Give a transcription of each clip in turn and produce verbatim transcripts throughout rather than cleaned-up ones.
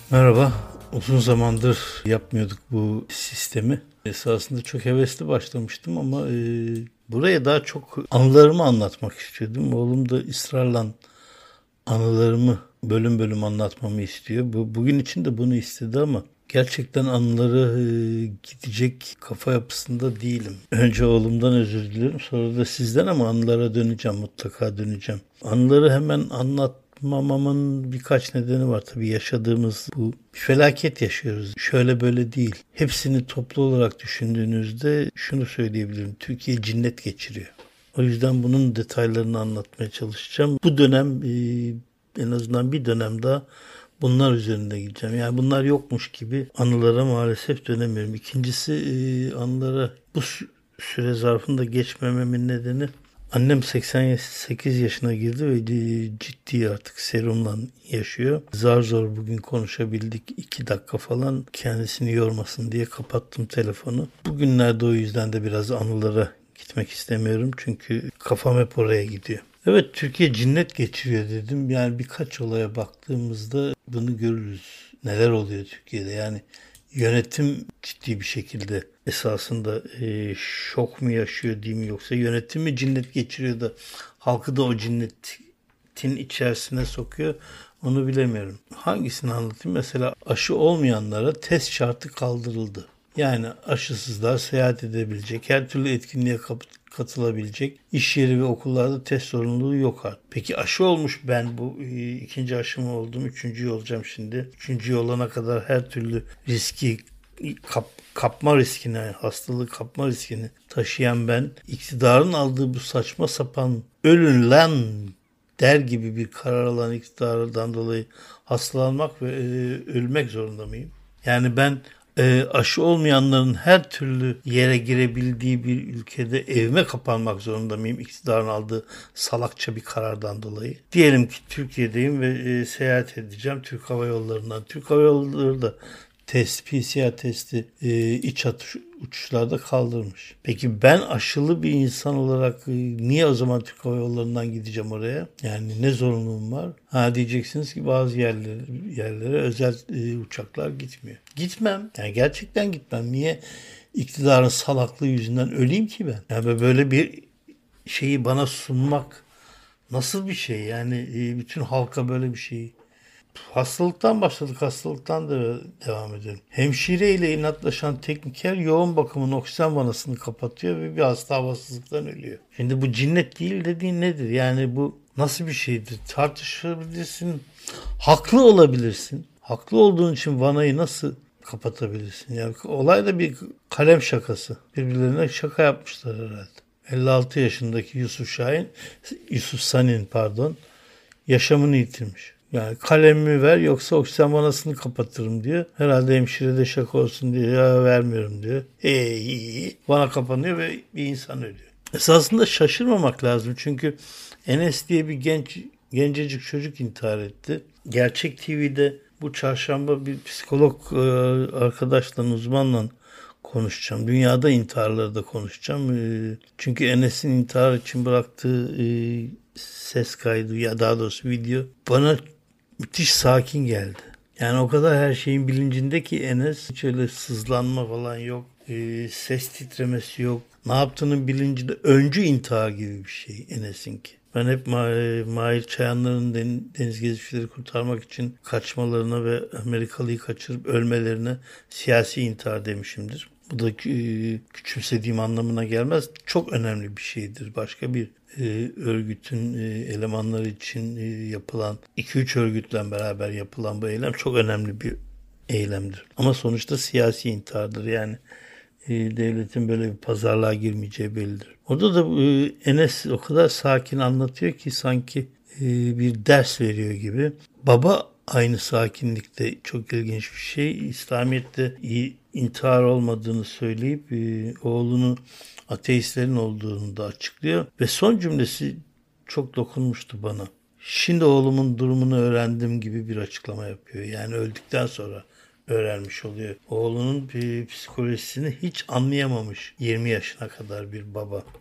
Merhaba. Uzun zamandır yapmıyorduk bu sistemi. Esasında çok hevesli başlamıştım ama e, buraya daha çok anılarımı anlatmak istiyordum. Oğlum da ısrarla anılarımı bölüm bölüm anlatmamı istiyor. Bu bugün için de bunu istedi ama gerçekten anıları e, gidecek kafa yapısında değilim. Önce oğlumdan özür diliyorum, sonra da sizden ama anılara döneceğim, mutlaka döneceğim. Anıları hemen anlatmamamın birkaç nedeni var. Tabii yaşadığımız bu bir felaket yaşıyoruz. Şöyle böyle değil. Hepsini toplu olarak düşündüğünüzde şunu söyleyebilirim. Türkiye cinnet geçiriyor. O yüzden bunun detaylarını anlatmaya çalışacağım. Bu dönem e, en azından bir dönem daha bunlar üzerinde gideceğim. Yani bunlar yokmuş gibi anılara maalesef dönemiyorum. İkincisi e, anılara bu süre zarfında geçmememin nedeni annem seksen sekiz yaşına girdi ve ciddi artık serumla yaşıyor. Zar zor bugün konuşabildik. iki dakika falan kendisini yormasın diye kapattım telefonu. Bugünlerde o yüzden de biraz anılara gitmek istemiyorum çünkü kafam hep oraya gidiyor. Evet, Türkiye cinnet geçiriyor dedim. Yani birkaç olaya baktığımızda bunu görürüz. Neler oluyor Türkiye'de? Yani yönetim ciddi bir şekilde esasında e, şok mu yaşıyor diyeyim, yoksa yönetim mi cinnet geçiriyor da halkı da o cinnetin içerisine sokuyor, onu bilemiyorum. Hangisini anlatayım? Mesela aşı olmayanlara test şartı kaldırıldı. Yani aşısızlar seyahat edebilecek, her türlü etkinliğe katılabilecek, iş yeri ve okullarda test zorunluluğu yok artık. Peki aşı olmuş, ben bu e, ikinci aşımı oldum, üçüncüyü olacağım şimdi. Üçüncüyü olana kadar her türlü riski kap, kapma riskini, hastalığı kapma riskini taşıyan ben, iktidarın aldığı bu saçma sapan ölün lan der gibi bir karar alan iktidardan dolayı hastalanmak ve e, ölmek zorunda mıyım? Yani ben e, aşı olmayanların her türlü yere girebildiği bir ülkede evime kapanmak zorunda mıyım iktidarın aldığı salakça bir karardan dolayı? Diyelim ki Türkiye'deyim ve e, seyahat edeceğim Türk Hava Yolları'ndan. Türk Hava Yolları da test, P C R testi e, iç atış, uçuşlarda kaldırmış. Peki ben aşılı bir insan olarak e, niye o zaman Türk Hava Yolları'ndan gideceğim oraya? Yani ne zorunluluğum var? Ha, diyeceksiniz ki bazı yerlere, yerlere özel e, uçaklar gitmiyor. Gitmem. Yani gerçekten gitmem. Niye? İktidarın salaklığı yüzünden öleyim ki ben? Yani böyle bir şeyi bana sunmak nasıl bir şey? Yani e, bütün halka böyle bir şeyi. Hastalıktan başladık, hastalıktan da devam edelim. Hemşire ile inatlaşan tekniker yoğun bakımın oksijen vanasını kapatıyor ve bir hasta havasızlıktan ölüyor. Şimdi bu cinnet değil dediğin nedir? Yani bu nasıl bir şeydir? Tartışabilirsin, haklı olabilirsin. Haklı olduğun için vanayı nasıl kapatabilirsin? Yani olay da bir kalem şakası. Birbirlerine şaka yapmışlar herhalde. elli altı yaşındaki Yusuf Şahin, Yusuf Sanin pardon, yaşamını yitirmiş. Yani kalemimi ver yoksa oksijen vanasını kapatırım diyor. Herhalde hemşire de şaka olsun diye ya vermiyorum diyor. Hey, vana kapanıyor ve bir insan ölüyor. Esasında şaşırmamak lazım çünkü Enes diye bir genç gencecik çocuk intihar etti. Gerçek T V'de bu çarşamba bir psikolog e, arkadaşla, uzmanla konuşacağım. Dünyada intiharları da konuşacağım. E, çünkü Enes'in intihar için bıraktığı e, ses kaydı, ya daha doğrusu video, bana müthiş sakin geldi. Yani o kadar her şeyin bilincinde ki Enes, hiç öyle sızlanma falan yok. E, ses titremesi yok. Ne yaptığının bilincinde, öncü intihar gibi bir şey Enes'inki. Ben hep Ma- Mahir Çayanlar'ın deniz gezicileri kurtarmak için kaçmalarına ve Amerikalıyı kaçırıp ölmelerine siyasi intihar demişimdir. Bu da e, küçümsediğim anlamına gelmez. Çok önemli bir şeydir. Başka bir e, örgütün e, elemanları için e, yapılan, iki üç örgütle beraber yapılan bu eylem çok önemli bir eylemdir. Ama sonuçta siyasi intihardır. Yani e, devletin böyle bir pazarlığa girmeyeceği bellidir. Orada da e, Enes o kadar sakin anlatıyor ki sanki e, bir ders veriyor gibi. Baba aynı sakinlikte, çok ilginç bir şey. İslamiyet'te intihar olmadığını söyleyip e, oğlunu ateistlerin olduğunu da açıklıyor. Ve son cümlesi çok dokunmuştu bana. Şimdi oğlumun durumunu öğrendim gibi bir açıklama yapıyor. Yani öldükten sonra öğrenmiş oluyor. Oğlunun bir psikolojisini hiç anlayamamış yirmi yaşına kadar bir baba.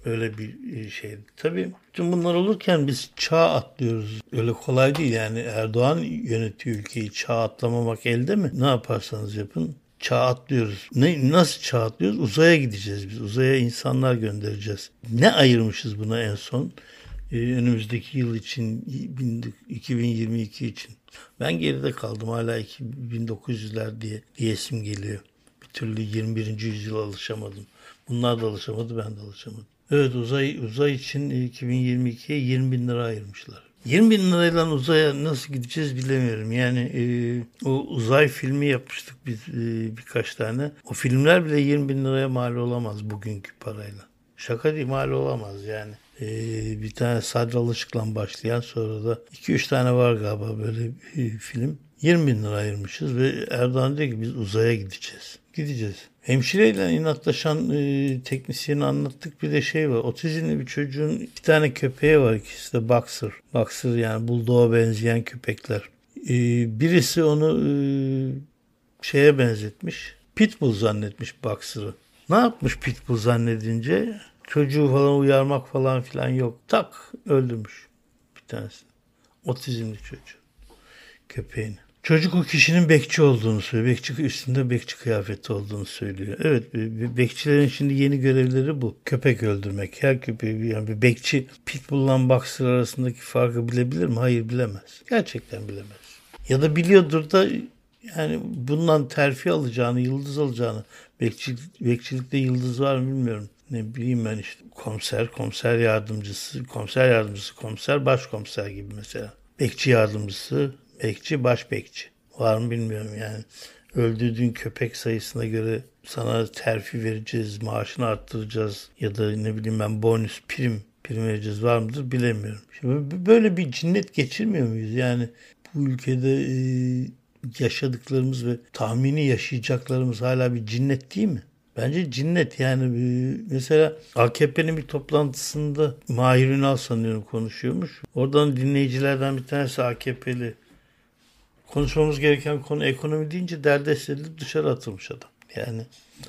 Böyle bir şey. Tabii tüm bunlar olurken biz çağ atlıyoruz. Öyle kolay değil yani. Erdoğan yönetiyor ülkeyi. Çağ atlamamak elde mi? Ne yaparsanız yapın. Çağ atlıyoruz. Ne, nasıl çağ atlıyoruz? Uzaya gideceğiz biz. Uzaya insanlar göndereceğiz. Ne ayırmışız buna en son? Ee, önümüzdeki yıl için, iki bin yirmi iki için. Ben geride kaldım. Hala bin dokuz yüzler diye diyesim geliyor. Bir türlü yirmi birinci yüzyıla alışamadım. Bunlar da alışamadı, ben de alışamadım. Evet, uzay uzay için iki bin yirmi ikiye yirmi bin lira ayırmışlar. yirmi bin lirayla uzaya nasıl gideceğiz bilemiyorum. Yani e, o uzay filmi yapmıştık biz e, birkaç tane. O filmler bile yirmi bin liraya mal olamaz bugünkü parayla. Şaka değil, mal olamaz yani. E, bir tane Sadri Alışık'la başlayan, sonra da iki üç tane var galiba böyle bir film. yirmi bin lira ayırmışız ve Erdoğan diyor ki biz uzaya gideceğiz. Gideceğiz. Hemşireyle inatlaşan e, teknisyeni anlattık. Bir de şey var. Otizmli bir çocuğun iki tane köpeği var. İkisi de boxer. Boxer yani bulldog'a benzeyen köpekler. E, birisi onu e, şeye benzetmiş. Pitbull zannetmiş boxer'ı. Ne yapmış pitbull zannedince? Çocuğu falan uyarmak falan filan yok. Tak öldürmüş bir tanesi. Otizmli çocuğu. Köpeğini. Çocuk o kişinin bekçi olduğunu söylüyor. Bekçi üstünde bekçi kıyafeti olduğunu söylüyor. Evet, bekçilerin şimdi yeni görevleri bu. Köpek öldürmek. Her köpeği yani bir bekçi pitbull'la boxer arasındaki farkı bilebilir mi? Hayır, bilemez. Gerçekten bilemez. Ya da biliyordur da yani bundan terfi alacağını, yıldız alacağını. Bekçi, bekçilikte yıldız var mı bilmiyorum. Ne bileyim ben işte. Komiser, komiser yardımcısı, komiser yardımcısı, komiser, başkomiser gibi mesela. Bekçi yardımcısı, bekçi, baş bekçi. Var mı bilmiyorum yani. Öldürdüğün köpek sayısına göre sana terfi vereceğiz, maaşını arttıracağız ya da ne bileyim ben bonus, prim, prim vereceğiz, var mıdır bilemiyorum. Şimdi böyle bir cinnet geçirmiyor muyuz? Yani bu ülkede e, yaşadıklarımız ve tahmini yaşayacaklarımız hala bir cinnet değil mi? Bence cinnet yani. Mesela A K P'nin bir toplantısında Mahir Ünal sanıyorum konuşuyormuş. Oradan dinleyicilerden bir tanesi A K P'li. Konuşmamız gereken konu ekonomi deyince derdest edilip dışarı atılmış adam. Yani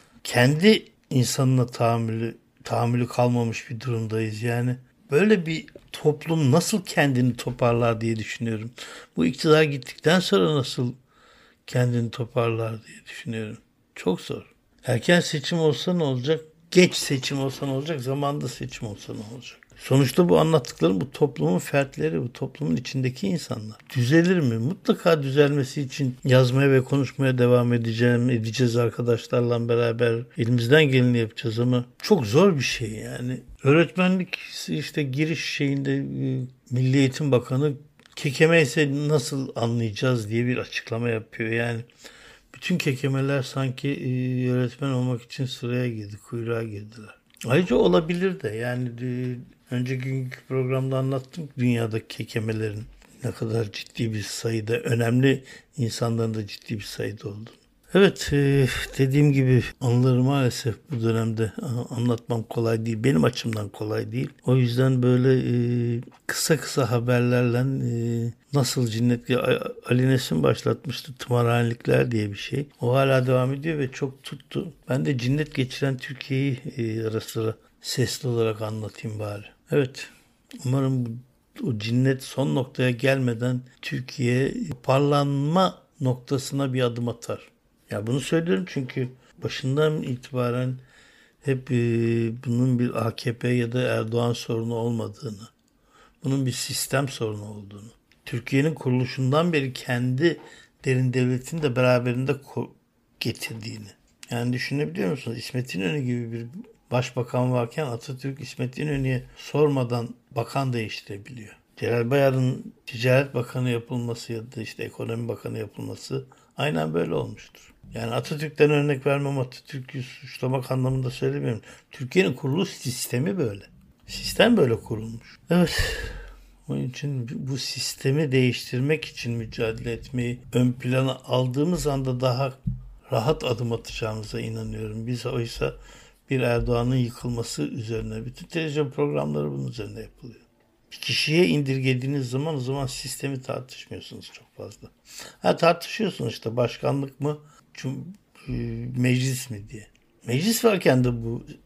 kendi insanına tahammülü, tahammülü kalmamış bir durumdayız. Yani böyle bir toplum nasıl kendini toparlar diye düşünüyorum. Bu iktidar gittikten sonra nasıl kendini toparlar diye düşünüyorum. Çok zor. Erken seçim olsa ne olacak? Geç seçim olsa ne olacak? Zamanında seçim olsa ne olacak? Sonuçta bu anlattıklarım bu toplumun fertleri, bu toplumun içindeki insanlar. Düzelir mi? Mutlaka düzelmesi için yazmaya ve konuşmaya devam edeceğim, edeceğiz arkadaşlarla beraber. Elimizden geleni yapacağız ama çok zor bir şey yani. Öğretmenlik işte giriş şeyinde Milli Eğitim Bakanı kekeme ise nasıl anlayacağız diye bir açıklama yapıyor. Yani bütün kekemeler sanki e, öğretmen olmak için sıraya girdi, kuyruğa girdiler. Ayrıca olabilir de yani e, önceki günkü programda anlattım dünyadaki kekemelerin ne kadar ciddi bir sayıda, önemli insanların da ciddi bir sayıda olduğunu. Evet, e, dediğim gibi anıları maalesef bu dönemde anlatmam kolay değil. Benim açımdan kolay değil. O yüzden böyle e, kısa kısa haberlerle e, nasıl cinnet... Ali Nesin başlatmıştı tımarhanelikler diye bir şey. O hala devam ediyor ve çok tuttu. Ben de cinnet geçiren Türkiye'yi e, ara sıra sesli olarak anlatayım bari. Evet, umarım o cinnet son noktaya gelmeden Türkiye parlanma noktasına bir adım atar. Ya bunu söylüyorum çünkü başından itibaren hep e, bunun bir A K P ya da Erdoğan sorunu olmadığını, bunun bir sistem sorunu olduğunu, Türkiye'nin kuruluşundan beri kendi derin devletini de beraberinde getirdiğini. Yani düşünebiliyor musunuz? İsmet İnönü gibi bir başbakan varken Atatürk İsmet İnönü'ye sormadan bakan değiştirebiliyor. Celal Bayar'ın Ticaret Bakanı yapılması ya da işte Ekonomi Bakanı yapılması aynen böyle olmuştur. Yani Atatürk'ten örnek vermem, Atatürk'ü suçlamak anlamında söylemiyorum. Türkiye'nin kuruluş sistemi böyle. Sistem böyle kurulmuş. Evet. Onun için bu sistemi değiştirmek için mücadele etmeyi ön plana aldığımız anda daha rahat adım atacağımıza inanıyorum. Biz oysa bir Erdoğan'ın yıkılması üzerine, bütün televizyon programları bunun üzerine yapılıyor. Bir kişiye indirgediğiniz zaman o zaman sistemi tartışmıyorsunuz çok fazla. Ha, tartışıyorsunuz işte başkanlık mı, cum- meclis mi diye. Meclis varken de bu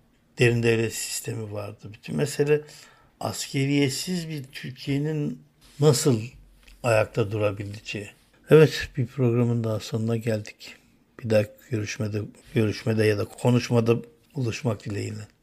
derin devlet sistemi vardı. Bütün mesele askeriyesiz bir Türkiye'nin nasıl ayakta durabileceği. Evet, bir programın daha sonuna geldik. Bir dahaki görüşmede, görüşmede ya da konuşmada buluşmak dileğiyle.